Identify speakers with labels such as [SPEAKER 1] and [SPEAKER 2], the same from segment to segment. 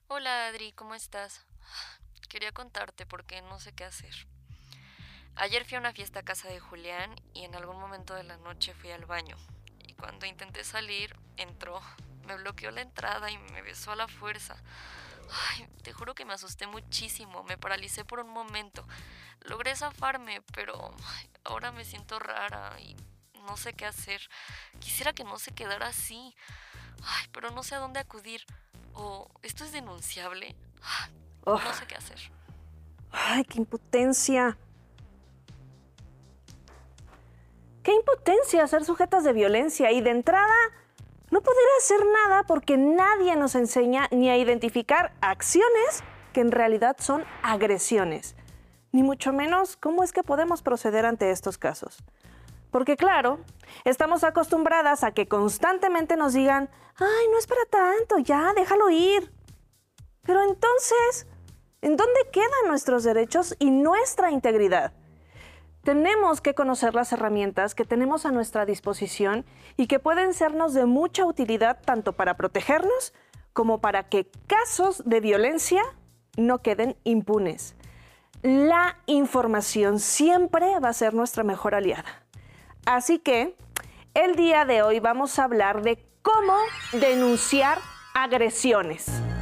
[SPEAKER 1] Hola Adri, ¿cómo estás? Quería contarte porque no sé qué hacer. Ayer fui a una fiesta a casa de Julián y en algún momento de la noche fui al baño. Y cuando intenté salir, entró. Me bloqueó la entrada y me besó a la fuerza. Ay, te juro que me asusté muchísimo, me paralicé por un momento. Logré zafarme, pero ahora me siento rara y no sé qué hacer. Quisiera que no se quedara así. Ay, pero no sé a dónde acudir. ¿O esto es denunciable?
[SPEAKER 2] Oh,
[SPEAKER 1] No sé qué hacer.
[SPEAKER 2] ¡ay, qué impotencia! ¡Qué impotencia ser sujetas de violencia! Y de entrada, no poder hacer nada porque nadie nos enseña ni a identificar acciones que en realidad son agresiones, ni mucho menos cómo es que podemos proceder ante estos casos. Porque claro, estamos acostumbradas a que constantemente nos digan, ¡ay, no es para tanto, ya, déjalo ir! Pero entonces, ¿en dónde quedan nuestros derechos y nuestra integridad? Tenemos que conocer las herramientas que tenemos a nuestra disposición y que pueden sernos de mucha utilidad tanto para protegernos como para que casos de violencia no queden impunes. La información siempre va a ser nuestra mejor aliada. Así que el día de hoy vamos a hablar de cómo denunciar agresiones.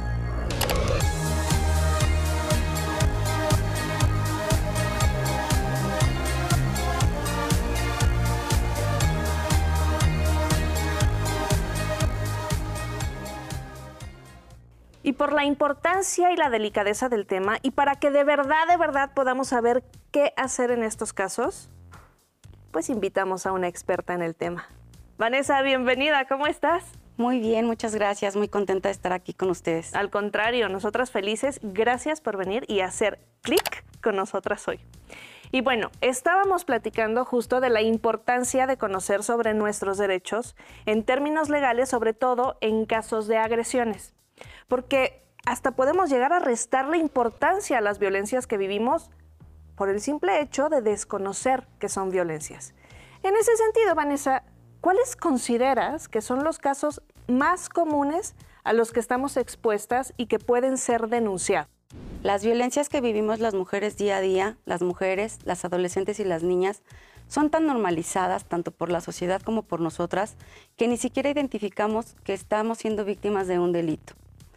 [SPEAKER 2] Y por la importancia y la delicadeza del tema, y para que de verdad podamos saber qué hacer en estos casos, pues invitamos a una experta en el tema. Vanessa, bienvenida, ¿cómo estás?
[SPEAKER 3] Muy bien, muchas gracias. Muy contenta de estar aquí con ustedes.
[SPEAKER 2] Al contrario, nosotras felices, gracias por venir y hacer clic con nosotras hoy. Y bueno, estábamos platicando justo de la importancia de conocer sobre nuestros derechos en términos legales, sobre todo en casos de agresiones. Porque hasta podemos llegar a restarle importancia a las violencias que vivimos por el simple hecho de desconocer que son violencias. En ese sentido, Vanessa, ¿cuáles consideras que son los casos más comunes a los que estamos expuestas y que pueden ser denunciados?
[SPEAKER 3] Las violencias que vivimos las mujeres día a día, las mujeres, las adolescentes y las niñas, son tan normalizadas tanto por la sociedad como por nosotras que ni siquiera identificamos que estamos siendo víctimas de un delito.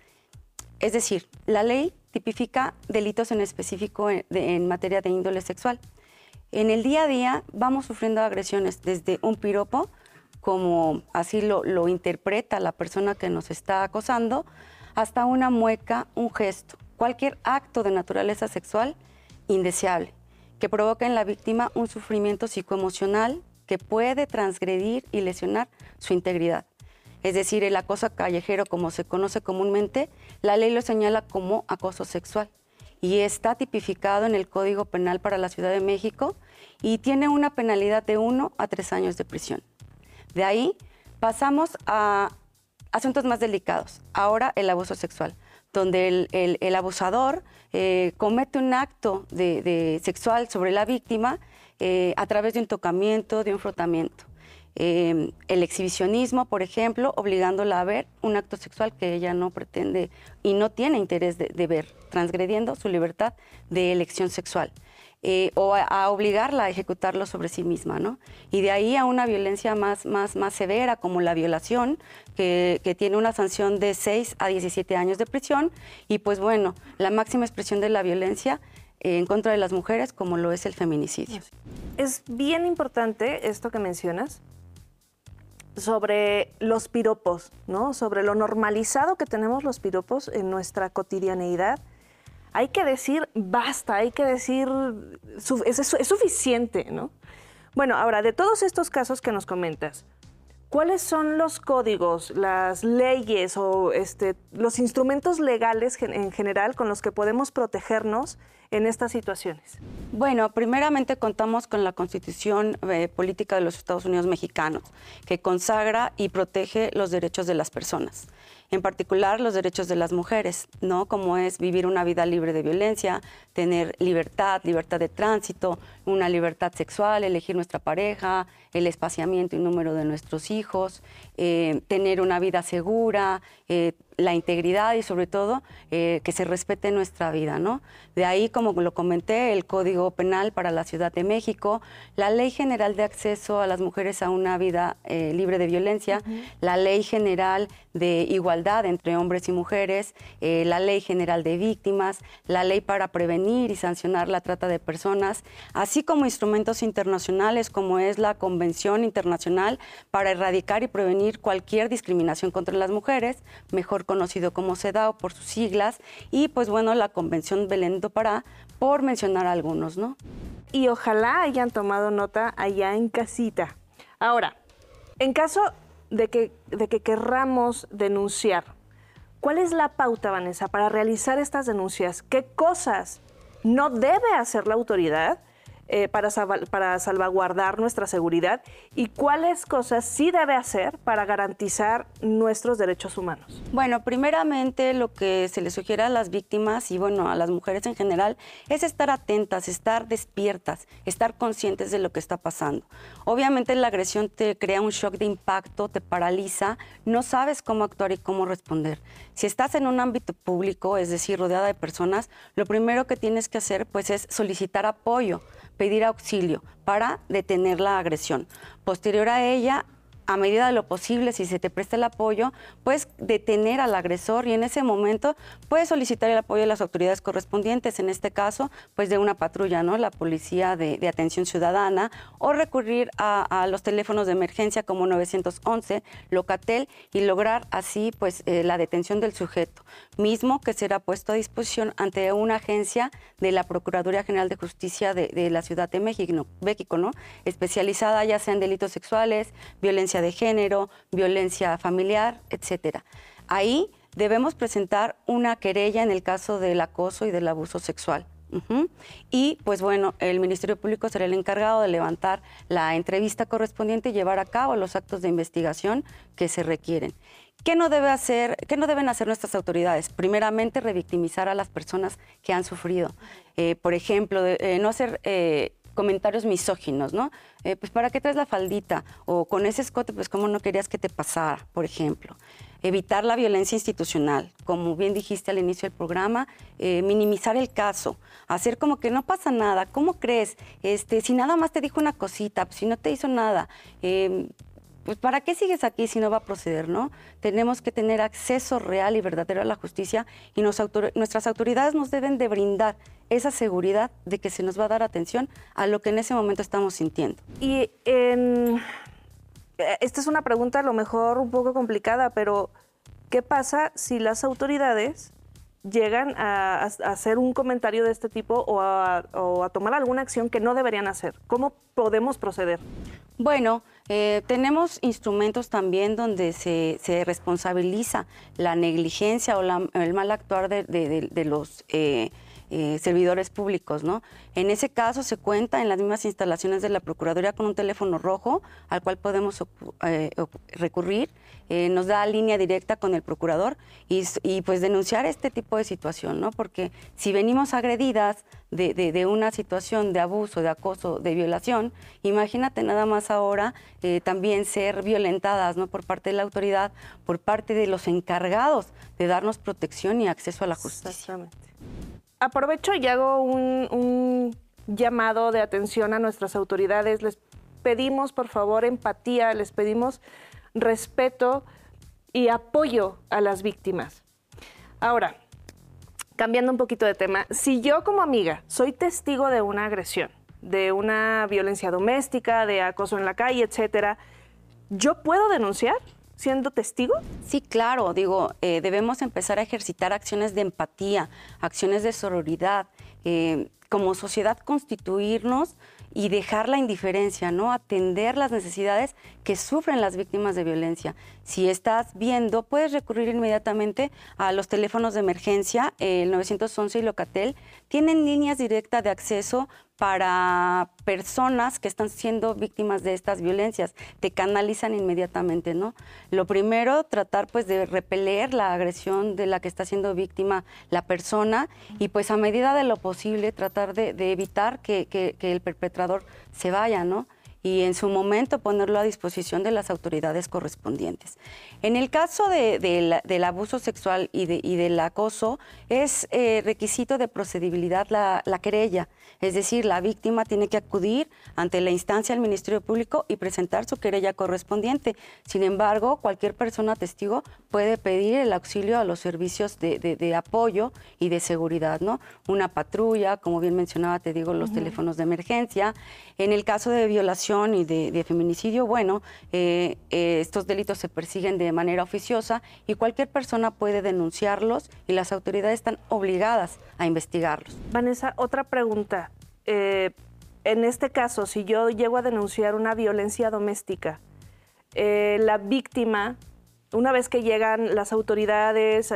[SPEAKER 3] Es decir, la ley tipifica delitos en específico en materia de índole sexual. En el día a día vamos sufriendo agresiones desde un piropo, como así lo interpreta la persona que nos está acosando, hasta una mueca, un gesto, cualquier acto de naturaleza sexual indeseable, que provoca en la víctima un sufrimiento psicoemocional que puede transgredir y lesionar su integridad. Es decir, el acoso callejero, como se conoce comúnmente, la ley lo señala como acoso sexual y está tipificado en el Código Penal para la Ciudad de México y tiene una penalidad de 1 a 3 años de prisión. De ahí pasamos a asuntos más delicados. Ahora el abuso sexual, donde el abusador comete un acto sexual sobre la víctima a través de un tocamiento, de un frotamiento. El exhibicionismo, por ejemplo, obligándola a ver un acto sexual que ella no pretende y no tiene interés de ver, transgrediendo su libertad de elección sexual. O a obligarla a ejecutarlo sobre sí misma, ¿no? Y de ahí a una violencia más severa, como la violación, que tiene una sanción de 6 a 17 años de prisión, y pues bueno, la máxima expresión de la violencia en contra de las mujeres, como lo es el feminicidio.
[SPEAKER 2] Es bien importante esto que mencionas sobre los piropos, ¿no? Sobre lo normalizado que tenemos los piropos en nuestra cotidianeidad. Hay que decir basta, hay que decir es suficiente, ¿no? Bueno, ahora, de todos estos casos que nos comentas, ¿cuáles son los códigos, las leyes o los instrumentos legales en general con los que podemos protegernos en estas situaciones?
[SPEAKER 3] Bueno, primeramente contamos con la Constitución Política de los Estados Unidos Mexicanos, que consagra y protege los derechos de las personas, en particular los derechos de las mujeres, ¿no? Como es vivir una vida libre de violencia, tener libertad de tránsito, una libertad sexual, elegir nuestra pareja, el espaciamiento y número de nuestros hijos, tener una vida segura, la integridad y sobre todo que se respete nuestra vida, ¿no? De ahí, como lo comenté, el Código Penal para la Ciudad de México, la Ley General de Acceso a las Mujeres a una Vida Libre de Violencia, la Ley General de Igualdad entre Hombres y Mujeres, la Ley General de Víctimas, la Ley para prevenir y sancionar la trata de personas, así como instrumentos internacionales como es la Convención Internacional para erradicar y prevenir cualquier discriminación contra las mujeres, mejor conocido como CEDAW por sus siglas, y pues bueno, la Convención Belén do Pará, por mencionar algunos, ¿no?
[SPEAKER 2] Y ojalá hayan tomado nota allá en casita. Ahora, en caso de que querramos denunciar, ¿cuál es la pauta, Vanessa, para realizar estas denuncias? ¿Qué cosas no debe hacer la autoridad para salvaguardar nuestra seguridad? ¿Y cuáles cosas sí debe hacer para garantizar nuestros derechos humanos?
[SPEAKER 3] Bueno, primeramente lo que se le sugiere a las víctimas y bueno, a las mujeres en general es estar atentas, estar despiertas, estar conscientes de lo que está pasando. Obviamente la agresión te crea un shock de impacto, te paraliza, no sabes cómo actuar y cómo responder. Si estás en un ámbito público, es decir, rodeada de personas, lo primero que tienes que hacer pues es solicitar apoyo, pedir auxilio para detener la agresión. Posterior a ella, a medida de lo posible, si se te presta el apoyo, puedes detener al agresor y en ese momento puedes solicitar el apoyo de las autoridades correspondientes, en este caso, pues de una patrulla, ¿no? La Policía de Atención Ciudadana, o recurrir a los teléfonos de emergencia como 911, Locatel, y lograr así pues la detención del sujeto, mismo que será puesto a disposición ante una agencia de la Procuraduría General de Justicia de la Ciudad de México, ¿no? Especializada ya sea en delitos sexuales, violencia de género, violencia familiar, etcétera. Ahí debemos presentar una querella en el caso del acoso y del abuso sexual. Y pues bueno, el Ministerio Público será el encargado de levantar la entrevista correspondiente y llevar a cabo los actos de investigación que se requieren. ¿Qué no deben hacer nuestras autoridades? Primeramente, revictimizar a las personas que han sufrido. Por ejemplo, no hacer comentarios misóginos, ¿no? Pues ¿para qué traes la faldita? O con ese escote, pues ¿cómo no querías que te pasara? Por ejemplo. Evitar la violencia institucional, como bien dijiste al inicio del programa, minimizar el caso, hacer como que no pasa nada. ¿Cómo crees? Si nada más te dijo una cosita, pues, si no te hizo nada, pues ¿para qué sigues aquí si no va a proceder, no? Tenemos que tener acceso real y verdadero a la justicia y nuestras autoridades nos deben de brindar esa seguridad de que se nos va a dar atención a lo que en ese momento estamos sintiendo.
[SPEAKER 2] Y esta es una pregunta a lo mejor un poco complicada, pero ¿qué pasa si las autoridades llegan a hacer un comentario de este tipo o a tomar alguna acción que no deberían hacer? ¿Cómo podemos proceder?
[SPEAKER 3] Bueno, tenemos instrumentos también donde se responsabiliza la negligencia o el mal actuar de los servidores públicos, ¿no? En ese caso se cuenta en las mismas instalaciones de la Procuraduría con un teléfono rojo al cual podemos recurrir, nos da línea directa con el procurador y pues denunciar este tipo de situación, ¿no? Porque si venimos agredidas de una situación de abuso, de acoso, de violación, imagínate nada más ahora también ser violentadas, ¿no? Por parte de la autoridad, por parte de los encargados de darnos protección y acceso a la justicia.
[SPEAKER 2] Exactamente. Aprovecho y hago un llamado de atención a nuestras autoridades. Les pedimos, por favor, empatía, les pedimos respeto y apoyo a las víctimas. Ahora, cambiando un poquito de tema, si yo como amiga soy testigo de una agresión, de una violencia doméstica, de acoso en la calle, etcétera, ¿yo puedo denunciar siendo testigo?
[SPEAKER 3] Sí, claro, digo, debemos empezar a ejercitar acciones de empatía, acciones de sororidad, como sociedad constituirnos y dejar la indiferencia, ¿no? Atender las necesidades que sufren las víctimas de violencia. Si estás viendo, puedes recurrir inmediatamente a los teléfonos de emergencia, el 911 y Locatel. Tienen líneas directas de acceso para personas que están siendo víctimas de estas violencias. Te canalizan inmediatamente, ¿no? Lo primero, tratar pues de repeler la agresión de la que está siendo víctima la persona y pues a medida de lo posible tratar de evitar que el perpetrador se vaya, ¿no? y en su momento ponerlo a disposición de las autoridades correspondientes. En el caso del abuso sexual y del acoso, es requisito de procedibilidad la querella, es decir, la víctima tiene que acudir ante la instancia del Ministerio Público y presentar su querella correspondiente. Sin embargo, cualquier persona testigo puede pedir el auxilio a los servicios de apoyo y de seguridad, ¿no? Una patrulla, como bien mencionaba, te digo, los teléfonos de emergencia. En el caso de violación y de feminicidio, bueno, estos delitos se persiguen de manera oficiosa y cualquier persona puede denunciarlos y las autoridades están obligadas a investigarlos.
[SPEAKER 2] Vanessa, otra pregunta. En este caso, si yo llego a denunciar una violencia doméstica, la víctima, una vez que llegan las autoridades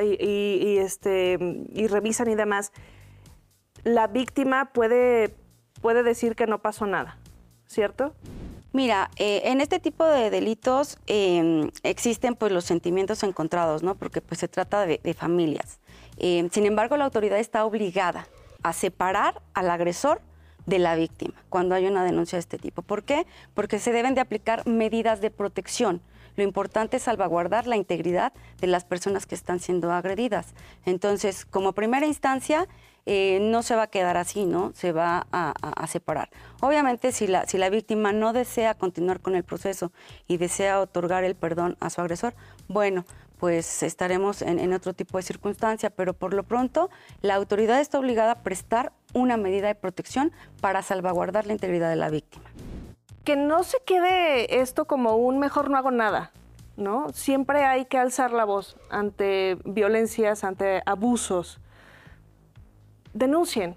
[SPEAKER 2] y revisan y demás, la víctima puede decir que no pasó nada, ¿cierto?
[SPEAKER 3] Mira, en este tipo de delitos existen pues los sentimientos encontrados, ¿no? Porque pues se trata de familias. Sin embargo, la autoridad está obligada a separar al agresor de la víctima cuando hay una denuncia de este tipo. ¿Por qué? Porque se deben de aplicar medidas de protección. Lo importante es salvaguardar la integridad de las personas que están siendo agredidas. Entonces, como primera instancia, no se va a quedar así, ¿no? Se va a separar. Obviamente, si la víctima no desea continuar con el proceso y desea otorgar el perdón a su agresor, bueno, pues estaremos en otro tipo de circunstancia, pero por lo pronto la autoridad está obligada a prestar una medida de protección para salvaguardar la integridad de la víctima.
[SPEAKER 2] Que no se quede esto como un mejor no hago nada, ¿no? Siempre hay que alzar la voz ante violencias, ante abusos. Denuncien.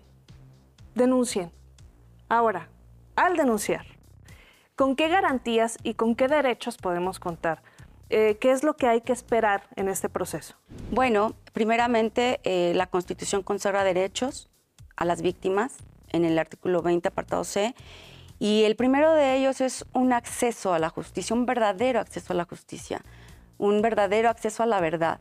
[SPEAKER 2] Ahora, al denunciar, ¿con qué garantías y con qué derechos podemos contar? ¿Qué es lo que hay que esperar en este proceso?
[SPEAKER 3] Bueno, primeramente, la Constitución consagra derechos a las víctimas en el artículo 20, apartado C, y el primero de ellos es un acceso a la justicia, un verdadero acceso a la justicia, un verdadero acceso a la verdad,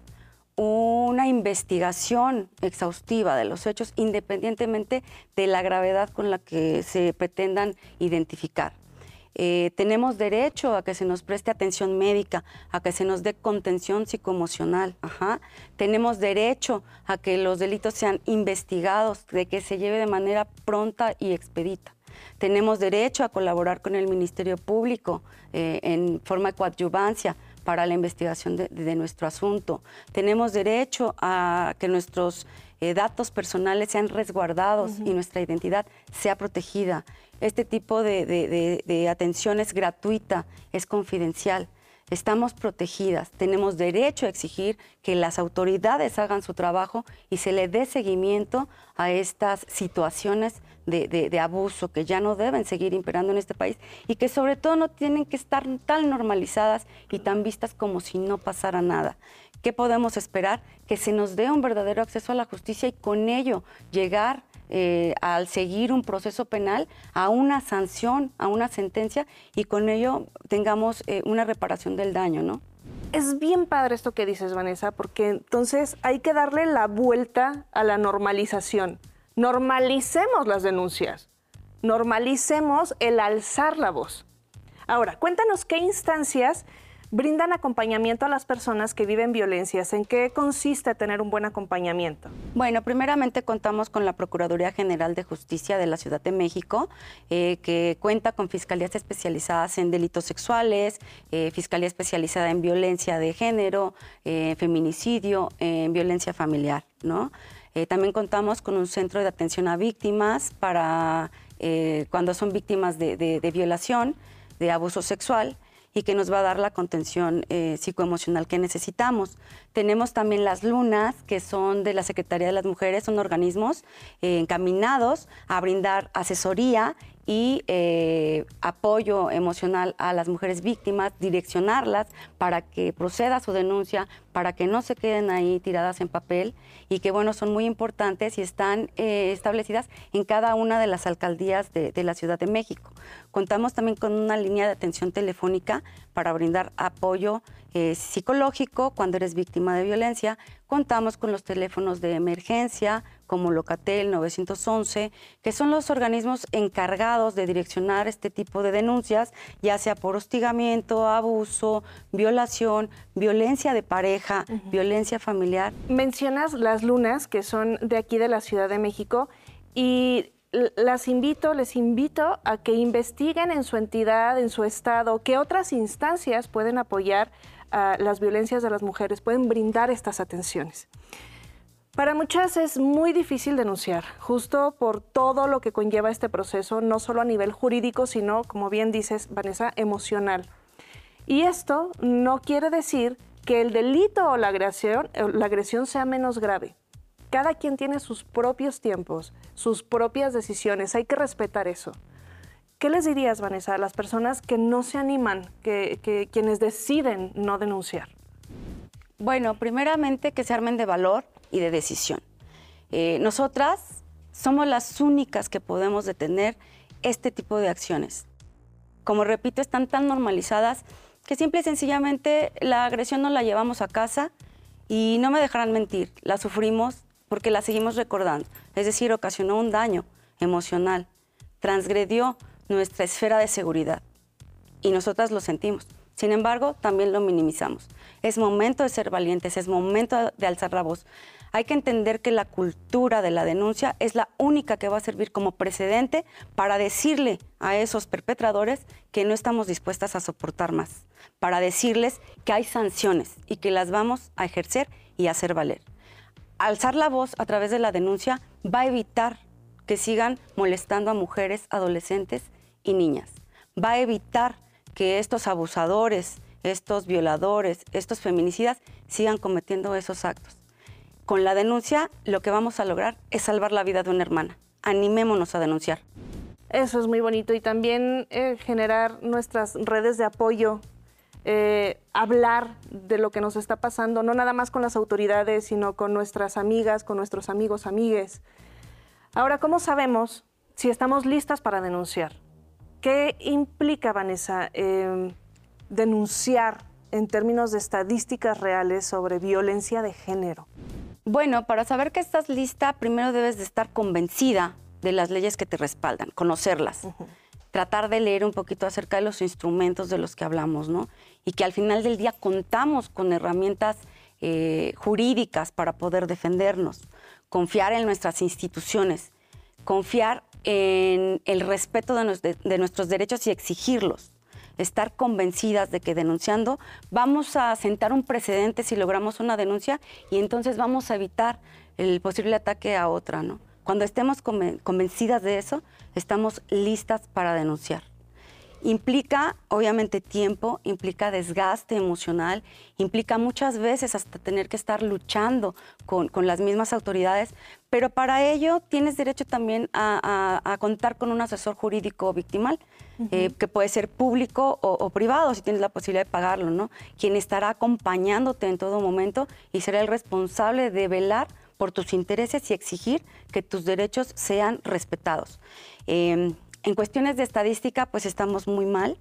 [SPEAKER 3] una investigación exhaustiva de los hechos independientemente de la gravedad con la que se pretendan identificar. Tenemos derecho a que se nos preste atención médica, a que se nos dé contención psicoemocional. Tenemos derecho a que los delitos sean investigados, de que se lleve de manera pronta y expedita. Tenemos derecho a colaborar con el Ministerio Público en forma de coadyuvancia para la investigación de nuestro asunto. Tenemos derecho a que nuestros datos personales sean resguardados y nuestra identidad sea protegida. Este tipo de atención es gratuita, es confidencial. Estamos protegidas, tenemos derecho a exigir que las autoridades hagan su trabajo y se le dé seguimiento a estas situaciones de abuso que ya no deben seguir imperando en este país y que sobre todo no tienen que estar tan normalizadas y tan vistas como si no pasara nada. ¿Qué podemos esperar? Que se nos dé un verdadero acceso a la justicia y con ello llegar al seguir un proceso penal a una sanción, a una sentencia y con ello tengamos una reparación del daño, ¿no?
[SPEAKER 2] Es bien padre esto que dices, Vanessa, porque entonces hay que darle la vuelta a la normalización. Normalicemos las denuncias, normalicemos el alzar la voz. Ahora, cuéntanos qué instancias brindan acompañamiento a las personas que viven violencias. ¿En qué consiste tener un buen acompañamiento?
[SPEAKER 3] Bueno, primeramente contamos con la Procuraduría General de Justicia de la Ciudad de México, que cuenta con fiscalías especializadas en delitos sexuales, fiscalía especializada en violencia de género, feminicidio, en violencia familiar, ¿no? También contamos con un centro de atención a víctimas para cuando son víctimas de violación, de abuso sexual, y que nos va a dar la contención psicoemocional que necesitamos. Tenemos también las lunas, que son de la Secretaría de las Mujeres, son organismos encaminados a brindar asesoría y apoyo emocional a las mujeres víctimas, direccionarlas para que proceda su denuncia, para que no se queden ahí tiradas en papel y que, bueno, son muy importantes y están establecidas en cada una de las alcaldías de la Ciudad de México. Contamos también con una línea de atención telefónica para brindar apoyo psicológico cuando eres víctima de violencia. Contamos con los teléfonos de emergencia como Locatel 911, que son los organismos encargados de direccionar este tipo de denuncias, ya sea por hostigamiento, abuso, violación, violencia de pareja, violencia familiar.
[SPEAKER 2] Mencionas las lunas, que son de aquí de la Ciudad de México, y les invito a que investiguen en su entidad, en su estado, qué otras instancias pueden apoyar a las violencias de las mujeres, pueden brindar estas atenciones. Para muchas es muy difícil denunciar, justo por todo lo que conlleva este proceso, no solo a nivel jurídico, sino, como bien dices, Vanessa, emocional. Y esto no quiere decir que el delito o la agresión sea menos grave. Cada quien tiene sus propios tiempos, sus propias decisiones, hay que respetar eso. ¿Qué les dirías, Vanessa, a las personas que no se animan, quienes deciden no denunciar?
[SPEAKER 3] Bueno, primeramente que se armen de valor y de decisión. Nosotras somos las únicas que podemos detener este tipo de acciones. Como repito, están tan normalizadas que simple y sencillamente la agresión nos la llevamos a casa y no me dejarán mentir, la sufrimos porque la seguimos recordando. Es decir, ocasionó un daño emocional, transgredió nuestra esfera de seguridad y nosotras lo sentimos. Sin embargo, también lo minimizamos. Es momento de ser valientes, es momento de alzar la voz. Hay que entender que la cultura de la denuncia es la única que va a servir como precedente para decirle a esos perpetradores que no estamos dispuestas a soportar más, para decirles que hay sanciones y que las vamos a ejercer y a hacer valer. Alzar la voz a través de la denuncia va a evitar que sigan molestando a mujeres, adolescentes y niñas. Va a evitar que estos abusadores, estos violadores, estos feminicidas sigan cometiendo esos actos. Con la denuncia lo que vamos a lograr es salvar la vida de una hermana. Animémonos a denunciar.
[SPEAKER 2] Eso es muy bonito y también generar nuestras redes de apoyo, hablar de lo que nos está pasando, no nada más con las autoridades, sino con nuestras amigas, con nuestros amigos, amigues. Ahora, ¿cómo sabemos si estamos listas para denunciar? ¿Qué implica, Vanessa, denunciar en términos de estadísticas reales sobre violencia de género?
[SPEAKER 3] Bueno, para saber que estás lista, primero debes de estar convencida de las leyes que te respaldan, conocerlas. Tratar de leer un poquito acerca de los instrumentos de los que hablamos, ¿no? Y que al final del día contamos con herramientas jurídicas para poder defendernos. Confiar en nuestras instituciones, confiar en el respeto de nuestros derechos y exigirlos. Estar convencidas de que denunciando vamos a sentar un precedente si logramos una denuncia y entonces vamos a evitar el posible ataque a otra, ¿no? Cuando estemos convencidas de eso, estamos listas para denunciar. Implica, obviamente, tiempo, implica desgaste emocional, implica muchas veces hasta tener que estar luchando con las mismas autoridades, pero para ello tienes derecho también a contar con un asesor jurídico victimal, que puede ser público o privado, si tienes la posibilidad de pagarlo, ¿no? Quien estará acompañándote en todo momento y será el responsable de velar por tus intereses y exigir que tus derechos sean respetados. En cuestiones de estadística, pues estamos muy mal.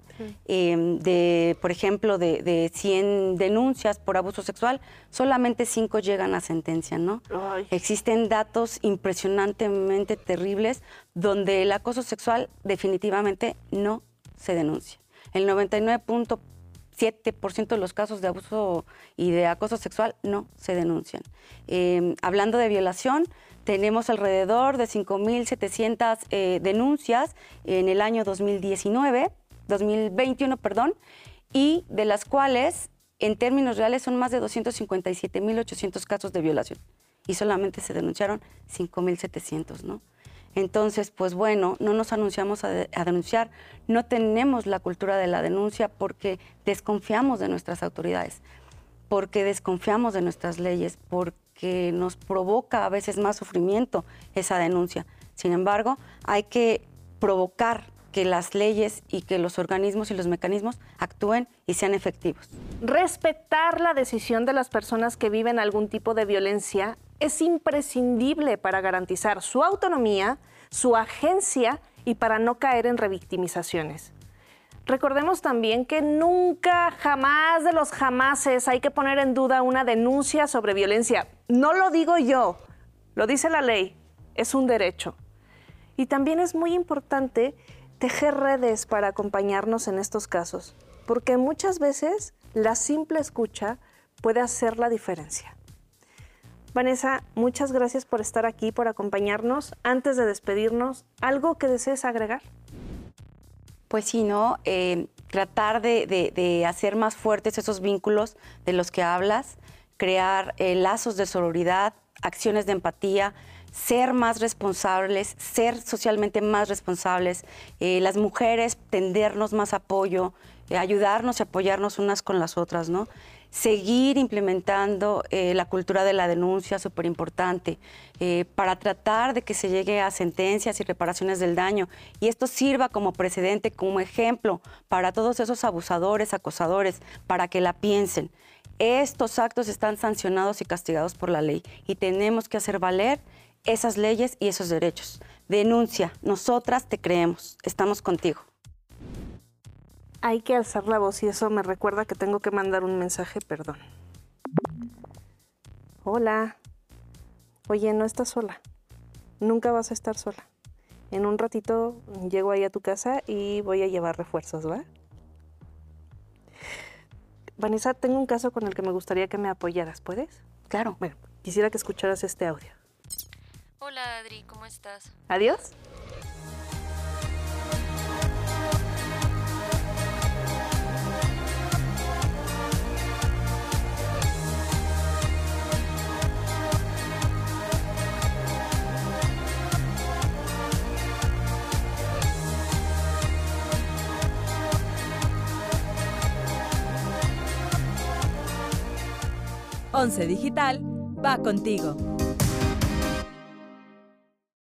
[SPEAKER 3] Por ejemplo, de 100 denuncias por abuso sexual, solamente 5 llegan a sentencia, ¿no? Ay. Existen datos impresionantemente terribles donde el acoso sexual definitivamente no se denuncia. El 99.7% de los casos de abuso y de acoso sexual no se denuncian. Hablando de violación, tenemos alrededor de 5.700 denuncias en el año 2021, y de las cuales, en términos reales, son más de 257.800 casos de violación. Y solamente se denunciaron 5.700, ¿no? Entonces, pues bueno, no nos anunciamos a denunciar, no tenemos la cultura de la denuncia porque desconfiamos de nuestras autoridades, porque desconfiamos de nuestras leyes, porque nos provoca a veces más sufrimiento esa denuncia. Sin embargo, hay que provocar que las leyes y que los organismos y los mecanismos actúen y sean efectivos.
[SPEAKER 2] Respetar la decisión de las personas que viven algún tipo de violencia es imprescindible para garantizar su autonomía, su agencia y para no caer en revictimizaciones. Recordemos también que nunca, jamás de los jamases hay que poner en duda una denuncia sobre violencia. No lo digo yo, lo dice la ley, es un derecho. Y también es muy importante tejer redes para acompañarnos en estos casos, porque muchas veces la simple escucha puede hacer la diferencia. Vanessa, muchas gracias por estar aquí, por acompañarnos. Antes de despedirnos, ¿algo que desees agregar?
[SPEAKER 3] Pues sí, ¿no? Tratar de hacer más fuertes esos vínculos de los que hablas, crear lazos de sororidad, acciones de empatía, ser más responsables, ser socialmente más responsables, las mujeres tendernos más apoyo, ayudarnos y apoyarnos unas con las otras, ¿no? Seguir implementando la cultura de la denuncia, súper importante, para tratar de que se llegue a sentencias y reparaciones del daño. Y esto sirva como precedente, como ejemplo para todos esos abusadores, acosadores, para que la piensen. Estos actos están sancionados y castigados por la ley y tenemos que hacer valer esas leyes y esos derechos. Denuncia, nosotras te creemos, estamos contigo.
[SPEAKER 2] Hay que alzar la voz y eso me recuerda que tengo que mandar un mensaje, perdón. Hola. Oye, no estás sola. Nunca vas a estar sola. En un ratito llego ahí a tu casa y voy a llevar refuerzos, ¿va? Vanessa, tengo un caso con el que me gustaría que me apoyaras, ¿puedes?
[SPEAKER 3] Claro.
[SPEAKER 2] Bueno, quisiera que escucharas este audio.
[SPEAKER 1] Hola Adri, ¿cómo estás?
[SPEAKER 2] Adiós.
[SPEAKER 4] Once Digital va contigo.